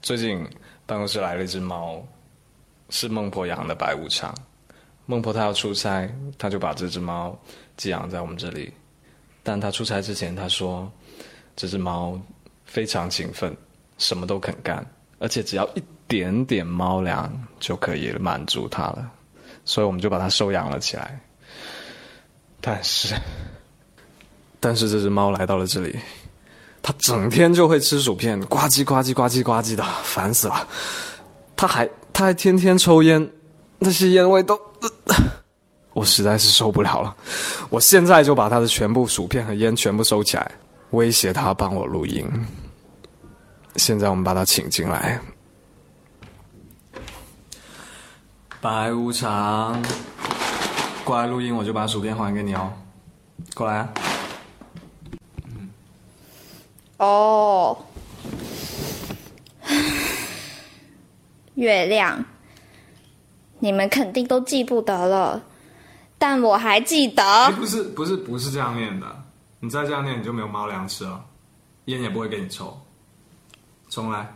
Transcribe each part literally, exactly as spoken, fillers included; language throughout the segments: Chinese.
最近办公室来了一只猫，是孟婆养的白无常。孟婆她要出差，她就把这只猫寄养在我们这里。但她出差之前，她说这只猫非常勤奋，什么都肯干，而且只要一点点猫粮就可以满足它了，所以我们就把它收养了起来。但是，但是这只猫来到了这里，它整天就会吃薯片，呱唧呱唧呱唧呱唧的，烦死了。它还它还天天抽烟，那些烟味都、呃，我实在是受不了了。我现在就把它的全部薯片和烟全部收起来，威胁他帮我录音。现在我们把他请进来。白无常，过来录音，我就把薯片还给你哦。过来啊。 嗯。哦。月亮，你们肯定都记不得了，但我还记得。 欸、不是不是不是这样念的，你再这样念你就没有猫粮吃了，烟也不会给你抽。重来。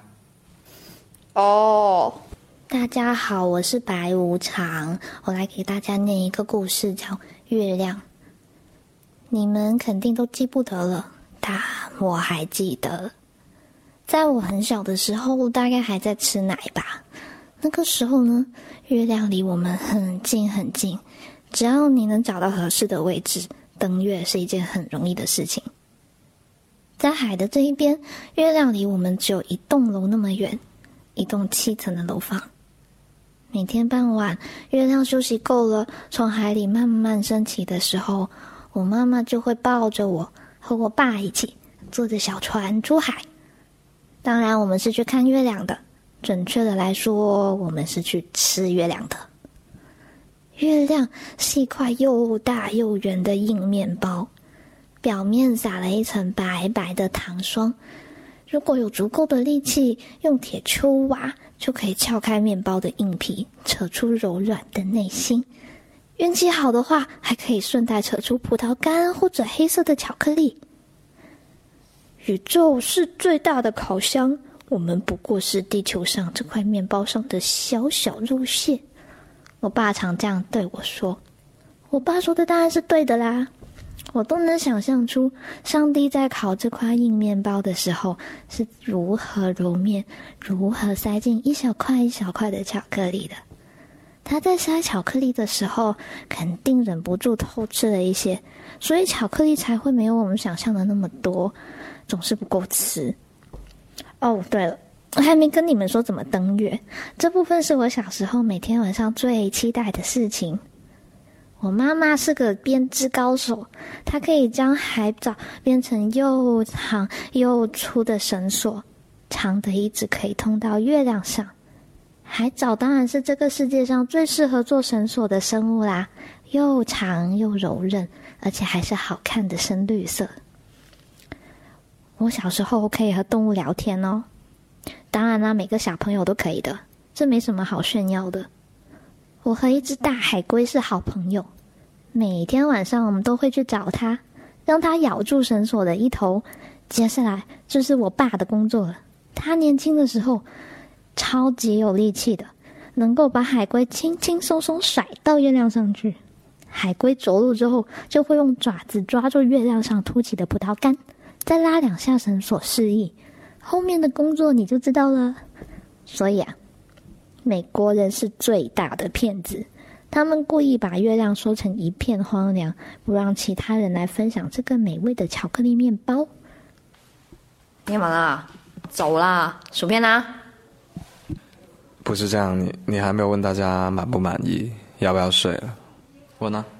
哦。大家好，我是白无常，我来给大家念一个故事，叫《月亮》。你们肯定都记不得了，但我还记得。在我很小的时候，大概还在吃奶吧。那个时候呢，月亮离我们很近很近，只要你能找到合适的位置，登月是一件很容易的事情。在海的这一边，月亮离我们只有一栋楼那么远，一栋七层的楼房。每天傍晚，月亮休息够了，从海里慢慢升起的时候，我妈妈就会抱着我和我爸一起坐着小船出海。当然我们是去看月亮的，准确的来说，我们是去吃月亮的。月亮是一块又大又圆的硬面包，表面撒了一层白白的糖霜。如果有足够的力气，用铁锹挖，就可以撬开面包的硬皮，扯出柔软的内心。运气好的话，还可以顺带扯出葡萄干或者黑色的巧克力。宇宙是最大的烤箱，我们不过是地球上这块面包上的小小肉馅。我爸常这样对我说，我爸说的当然是对的啦。我都能想象出上帝在烤这块硬面包的时候是如何揉面，如何塞进一小块一小块的巧克力的。他在塞巧克力的时候肯定忍不住偷吃了一些，所以巧克力才会没有我们想象的那么多，总是不够吃。哦，对了，我还没跟你们说怎么登月，这部分是我小时候每天晚上最期待的事情。我妈妈是个编织高手，她可以将海藻编成又长又粗的绳索，长的一直可以通到月亮上。海藻当然是这个世界上最适合做绳索的生物啦，又长又柔韧，而且还是好看的深绿色。我小时候可以和动物聊天哦，当然啦，每个小朋友都可以的，这没什么好炫耀的。我和一只大海龟是好朋友，每天晚上我们都会去找它，让它咬住绳索的一头。接下来就是我爸的工作了，他年轻的时候超级有力气的，能够把海龟轻轻松松甩到月亮上去。海龟着陆之后，就会用爪子抓住月亮上凸起的葡萄干，再拉两下绳索示意，后面的工作你就知道了。所以啊，美国人是最大的骗子，他们故意把月亮说成一片荒凉，不让其他人来分享这个美味的巧克力面包。 你干嘛啦？走啦，薯片啦。 不是这样，你你还没有问大家满不满意，要不要睡了？我呢？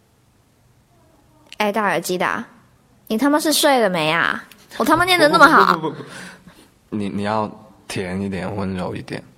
哎，戴耳机的、啊，你他妈是睡了没啊？我他妈念得那么好。 不不不不不，你你要甜一点，温柔一点。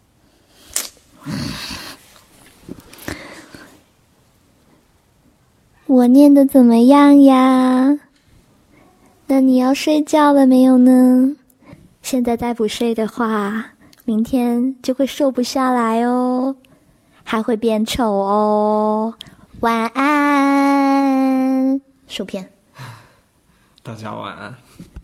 我念得怎么样呀？那你要睡觉了没有呢？现在再不睡的话，明天就会瘦不下来哦，还会变丑哦。晚安，薯片。 大家晚安。